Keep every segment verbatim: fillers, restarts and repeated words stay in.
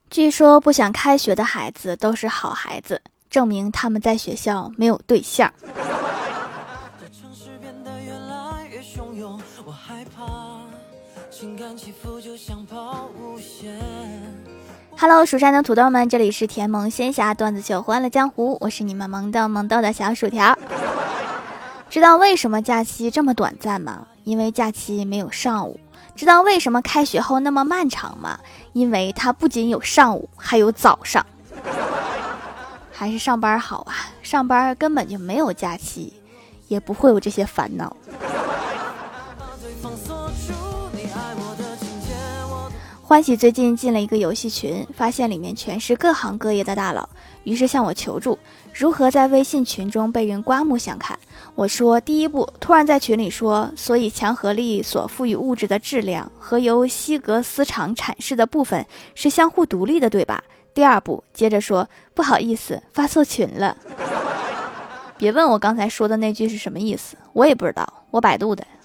据说不想开学的孩子都是好孩子，证明他们在学校没有对象。Hello， 蜀山的土豆们，这里是甜萌仙侠段子秀欢乐江湖，我是你们萌豆萌豆的小薯条。知道为什么假期这么短暂吗？因为假期没有上午。知道为什么开学后那么漫长吗？因为它不仅有上午，还有早上。还是上班好啊，上班根本就没有假期，也不会有这些烦恼。欢喜最近进了一个游戏群，发现里面全是各行各业的大佬，于是向我求助如何在微信群中被人刮目相看。我说第一步，突然在群里说，所以强合力所赋予物质的质量和由希格斯场阐释的部分是相互独立的，对吧？第二步，接着说不好意思，发错群了。别问我刚才说的那句是什么意思，我也不知道，我百度的。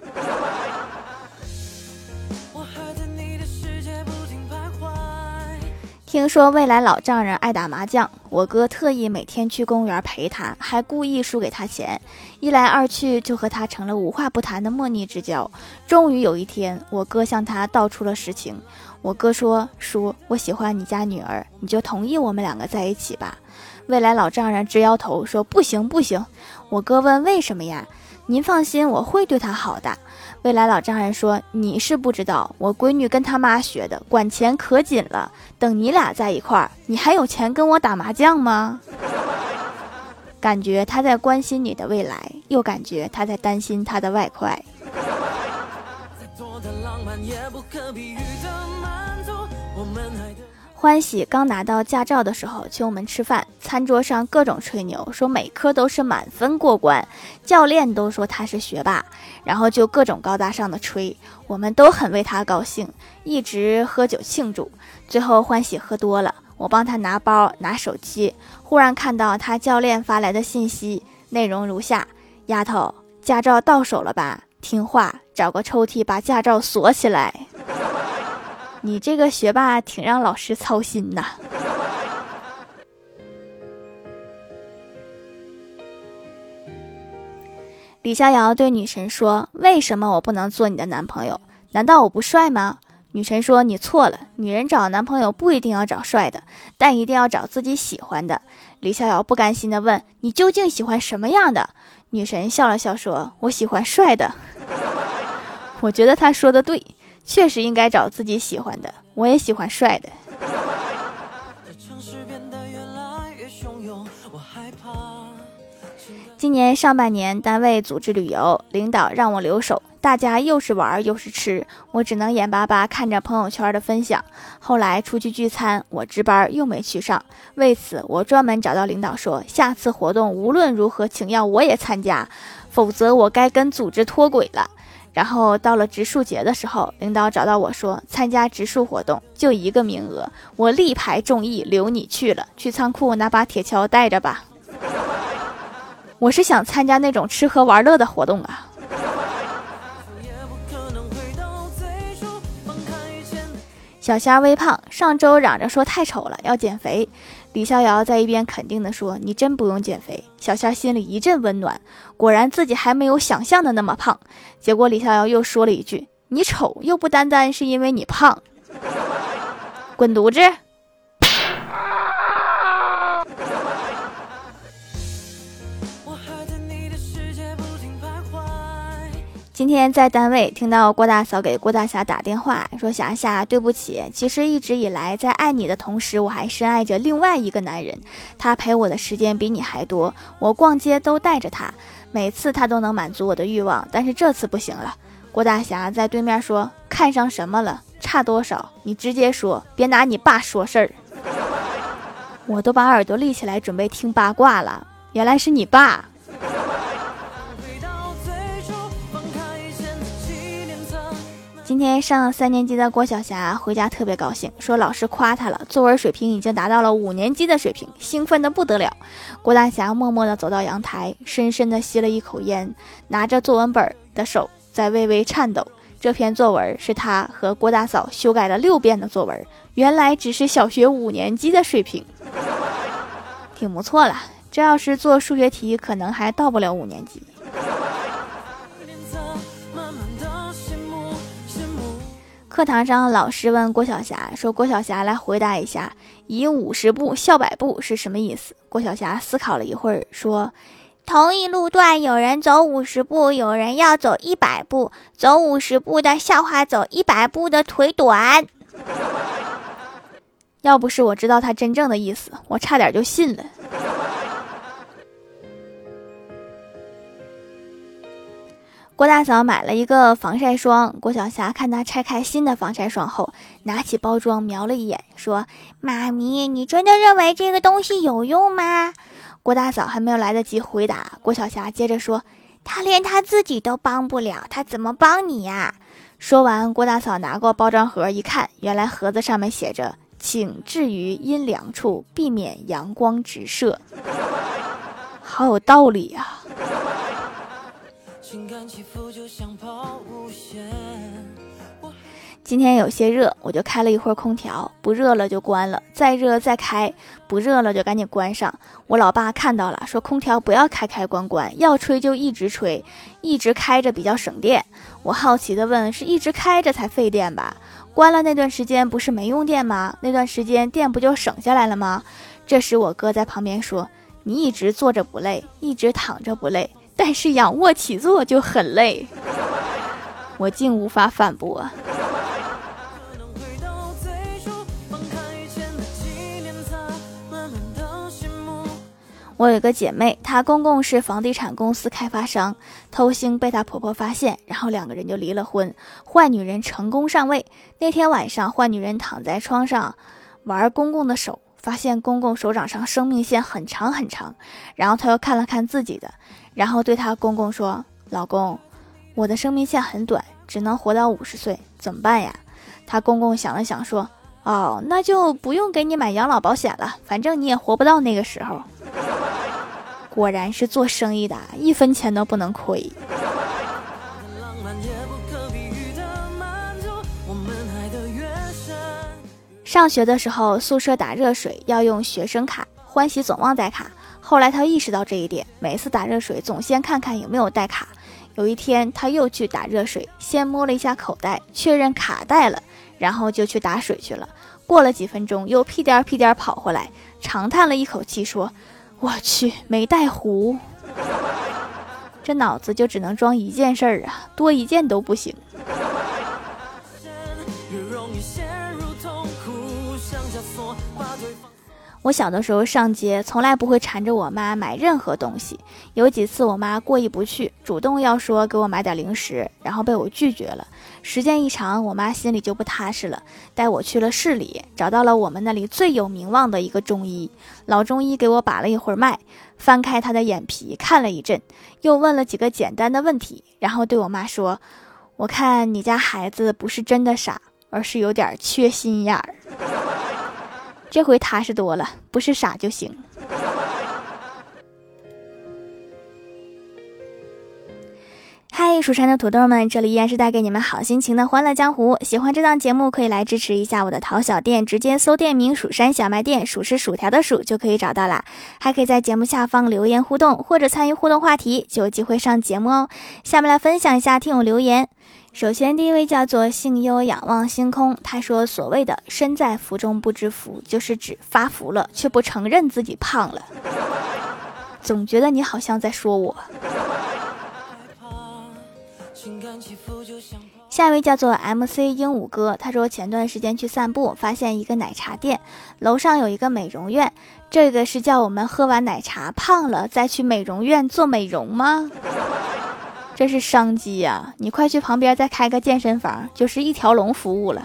听说未来老丈人爱打麻将，我哥特意每天去公园陪他，还故意输给他钱，一来二去就和他成了无话不谈的莫逆之交。终于有一天，我哥向他道出了实情。我哥说，叔，我喜欢你家女儿，你就同意我们两个在一起吧。未来老丈人直摇头说，不行不行。我哥问为什么呀？您放心，我会对她好的。未来老丈人说，你是不知道，我闺女跟她妈学的，管钱可紧了，等你俩在一块儿，你还有钱跟我打麻将吗？感觉他在关心你的未来，又感觉他在担心他的外快。欢喜刚拿到驾照的时候请我们吃饭，餐桌上各种吹牛，说每科都是满分过关，教练都说他是学霸，然后就各种高大上的吹，我们都很为他高兴，一直喝酒庆祝。最后欢喜喝多了，我帮他拿包拿手机，忽然看到他教练发来的信息，内容如下：丫头，驾照到手了吧？听话，找个抽屉把驾照锁起来。你这个学霸挺让老师操心呐。李逍遥对女神说，为什么我不能做你的男朋友？难道我不帅吗？女神说，你错了，女人找男朋友不一定要找帅的，但一定要找自己喜欢的。李逍遥不甘心地问，你究竟喜欢什么样的？女神笑了笑说，我喜欢帅的。我觉得他说的对，确实应该找自己喜欢的，我也喜欢帅的。今年上半年单位组织旅游，领导让我留守，大家又是玩又是吃，我只能眼巴巴看着朋友圈的分享。后来出去聚餐，我值班又没去上，为此我专门找到领导说，下次活动无论如何请要我也参加，否则我该跟组织脱轨了。然后到了植树节的时候，领导找到我说，参加植树活动就一个名额，我力排众议留你去了，去仓库拿把铁锹带着吧。我是想参加那种吃喝玩乐的活动啊。小虾微胖，上周嚷着说太丑了要减肥，李逍遥在一边肯定地说，你真不用减肥。小虾心里一阵温暖，果然自己还没有想象的那么胖。结果李逍遥又说了一句，你丑又不单单是因为你胖。滚犊子。今天在单位听到郭大嫂给郭大侠打电话，说霞霞对不起，其实一直以来在爱你的同时，我还深爱着另外一个男人，他陪我的时间比你还多，我逛街都带着他，每次他都能满足我的欲望，但是这次不行了。郭大侠在对面说，看上什么了？差多少？你直接说，别拿你爸说事儿。我都把耳朵立起来准备听八卦了，原来是你爸。今天上三年级的郭晓霞回家特别高兴，说老师夸她了，作文水平已经达到了五年级的水平，兴奋的不得了。郭大侠默默地走到阳台，深深地吸了一口烟，拿着作文本的手在微微颤抖， 这篇作文是他和郭大嫂修改了六遍的作文，原来只是小学五年级的水平，挺不错了。这要是做数学题，可能还到不了五年级。课堂上，老师问郭晓霞说：“郭晓霞来回答一下，以五十步笑百步是什么意思？”郭晓霞思考了一会儿，说：“同一路段有人走五十步，有人要走一百步，走五十步的笑话走一百步的腿短。”要不是我知道他真正的意思，我差点就信了。郭大嫂买了一个防晒霜，郭晓霞看她拆开新的防晒霜后，拿起包装瞄了一眼，说：“妈咪，你真的认为这个东西有用吗？”郭大嫂还没有来得及回答，郭晓霞接着说：“她连她自己都帮不了，她怎么帮你呀？”说完，郭大嫂拿过包装盒一看，原来盒子上面写着：“请置于阴凉处，避免阳光直射。”好有道理呀、啊！今天有些热，我就开了一会儿空调，不热了就关了，再热再开，不热了就赶紧关上。我老爸看到了，说空调不要开开关关，要吹就一直吹，一直开着比较省电。我好奇地问，是一直开着才费电吧？关了那段时间不是没用电吗？那段时间电不就省下来了吗？这时我哥在旁边说：“你一直坐着不累，一直躺着不累，但是仰卧起坐就很累。”我竟无法反驳。我有个姐妹，她公公是房地产公司开发商，偷腥被她婆婆发现，然后两个人就离了婚。坏女人成功上位。那天晚上，坏女人躺在床上玩公公的手，发现公公手掌上生命线很长很长，然后她又看了看自己的，然后对她公公说：“老公，我的生命线很短，只能活到五十岁，怎么办呀？”她公公想了想说：“哦，那就不用给你买养老保险了，反正你也活不到那个时候。”果然是做生意的，一分钱都不能亏。上学的时候，宿舍打热水要用学生卡，欢喜总忘带卡。后来他意识到这一点，每次打热水总先看看有没有带卡。有一天他又去打热水，先摸了一下口袋，确认卡带了，然后就去打水去了。过了几分钟，又屁颠屁颠跑回来，长叹了一口气说：“我去，没带壶。”这脑子就只能装一件事儿啊，多一件都不行。我小的时候上街，从来不会缠着我妈买任何东西。有几次我妈过意不去，主动要说给我买点零食，然后被我拒绝了。时间一长，我妈心里就不踏实了，带我去了市里，找到了我们那里最有名望的一个中医。老中医给我把了一会儿脉，翻开他的眼皮看了一阵，又问了几个简单的问题，然后对我妈说：“我看你家孩子不是真的傻，而是有点缺心眼儿。”这回踏实多了，不是傻就行。嗨，蜀山的土豆们，这里依然是带给你们好心情的欢乐江湖。喜欢这档节目可以来支持一下我的淘小店，直接搜店名蜀山小卖店，数是薯条的数就可以找到啦。还可以在节目下方留言互动，或者参与互动话题，就有机会上节目哦。下面来分享一下听友留言。首先第一位叫做幸优仰望星空，他说所谓的身在福中不知福，就是指发福了却不承认自己胖了。总觉得你好像在说我。下一位叫做 M C 鹦鹉哥，他说前段时间去散步，发现一个奶茶店，楼上有一个美容院，这个是叫我们喝完奶茶胖了再去美容院做美容吗？这是商机呀、啊！你快去旁边再开个健身房，就是一条龙服务了。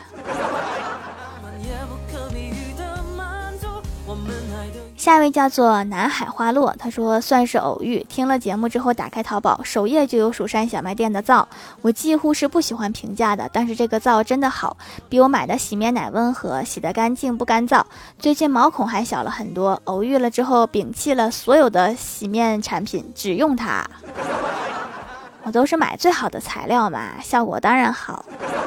下一位叫做南海花落，他说算是偶遇，听了节目之后打开淘宝，首页就有蜀山小卖店的皂，我几乎是不喜欢评价的，但是这个皂真的好，比我买的洗面奶温和，洗得干净不干燥，最近毛孔还小了很多，偶遇了之后摒弃了所有的洗面产品，只用它。 我都是买最好的材料嘛，效果当然好。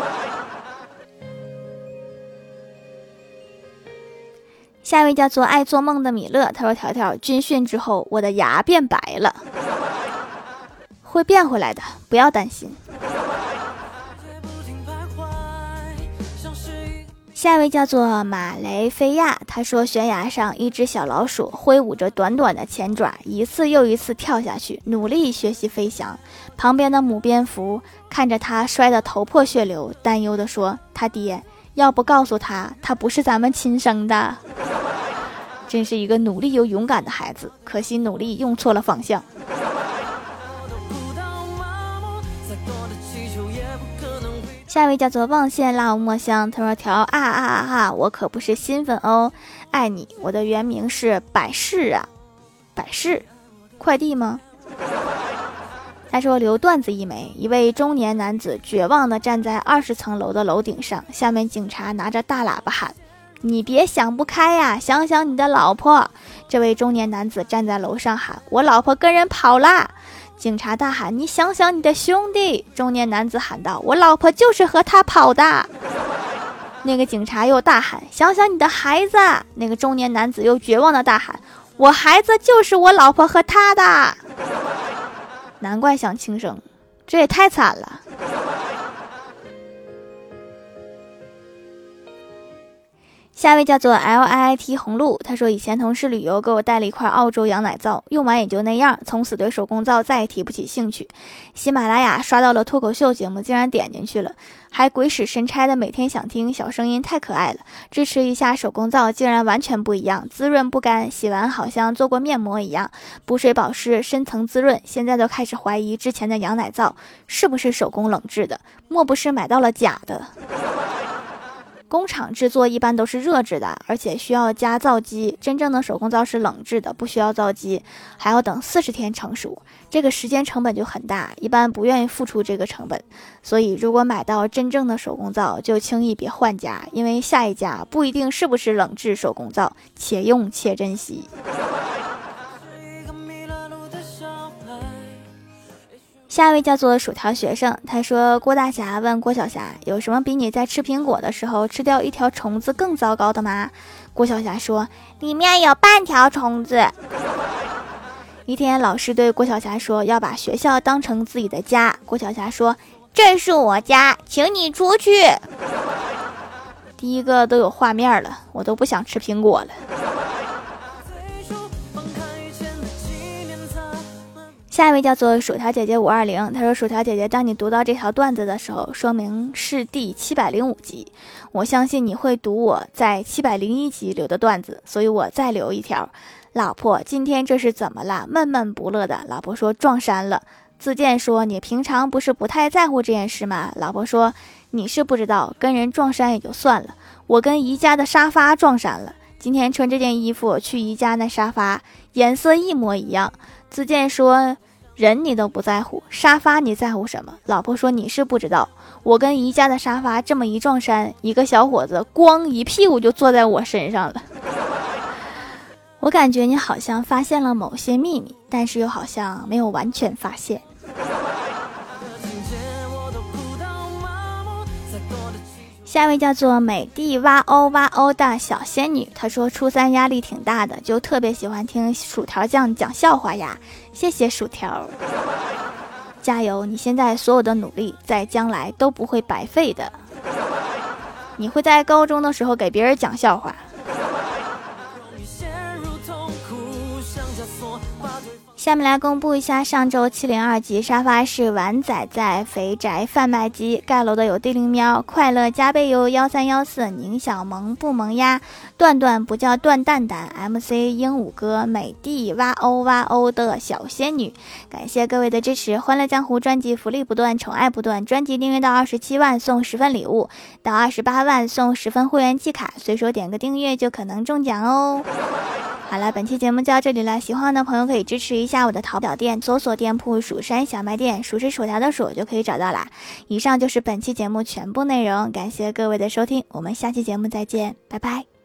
下一位叫做爱做梦的米勒，他说条条军训之后我的牙变白了，会变回来的，不要担心。下一位叫做马雷菲亚，他说悬崖上一只小老鼠挥舞着短短的前爪，一次又一次跳下去，努力学习飞翔。旁边的母蝙蝠看着他摔得头破血流，担忧地说，他爹要不告诉他他不是咱们亲生的。真是一个努力又勇敢的孩子，可惜努力用错了方向。下一位叫做望线辣无墨香，他说条啊啊啊啊，我可不是新粉哦，爱你，我的原名是百事啊，百事快递吗？他说留段子一枚，一位中年男子绝望地站在二十层楼的楼顶上，下面警察拿着大喇叭喊，你别想不开呀，想想你的老婆。这位中年男子站在楼上喊，我老婆跟人跑啦。警察大喊，你想想你的兄弟。中年男子喊道，我老婆就是和他跑的。那个警察又大喊，想想你的孩子。那个中年男子又绝望的大喊，我孩子就是我老婆和他的。难怪想轻生，这也太惨了。下一位叫做 L I I T 红露，他说以前同事旅游给我带了一块澳洲羊奶皂，用完也就那样，从此对手工皂再也提不起兴趣。喜马拉雅刷到了脱口秀节目，竟然点进去了，还鬼使神差的每天想听，小声音太可爱了。支持一下手工皂，竟然完全不一样，滋润不干，洗完好像做过面膜一样，补水保湿，深层滋润。现在都开始怀疑之前的羊奶皂是不是手工冷制的，莫不是买到了假的。工厂制作一般都是热制的，而且需要加皂基，真正的手工皂是冷制的，不需要皂基，还要等四十天成熟，这个时间成本就很大，一般不愿意付出这个成本。所以如果买到真正的手工皂，就轻易别换家，因为下一家不一定是不是冷制手工皂，且用且珍惜。下一位叫做薯条学生，他说郭大侠问郭晓霞，有什么比你在吃苹果的时候吃掉一条虫子更糟糕的吗？郭晓霞说，里面有半条虫子。一天老师对郭晓霞说，要把学校当成自己的家。郭晓霞说，这是我家，请你出去。第一个都有画面了，我都不想吃苹果了。下一位叫做薯条姐姐五二零，她说薯条姐姐，当你读到这条段子的时候，说明是第七百零五集，我相信你会读我在七百零一集留的段子，所以我再留一条。老婆，今天这是怎么了？闷闷不乐的。老婆说，撞衫了。自健说，你平常不是不太在乎这件事吗？老婆说，你是不知道，跟人撞衫也就算了，我跟宜家的沙发撞衫了。今天穿这件衣服去宜家，那沙发颜色一模一样。自健说，人你都不在乎，沙发你在乎什么？老婆说，你是不知道，我跟宜家的沙发这么一撞衫，一个小伙子咣一屁股就坐在我身上了。我感觉你好像发现了某些秘密，但是又好像没有完全发现。下一位叫做美帝哇哦哇哦的小仙女，她说初三压力挺大的，就特别喜欢听薯条酱讲笑话呀，谢谢薯条，加油，你现在所有的努力在将来都不会白费的，你会在高中的时候给别人讲笑话。下面来公布一下上周七零二级沙发是碗仔仔、肥宅贩卖机，盖楼的有地灵喵、快乐加倍优、幺三幺四、宁小萌不萌呀、段段不叫段蛋蛋、M C 鹦鹉哥、美帝哇哦哇哦的小仙女，感谢各位的支持。欢乐江湖专辑福利不断，宠爱不断，专辑订阅到二十七万送十份礼物，到二十八万送十份会员季卡，随手点个订阅就可能中奖哦。好了，本期节目就到这里了，喜欢的朋友可以支持一下我的淘宝店，搜索店铺蜀山小卖店，蜀是薯条的蜀就可以找到啦。以上就是本期节目全部内容，感谢各位的收听，我们下期节目再见，拜拜。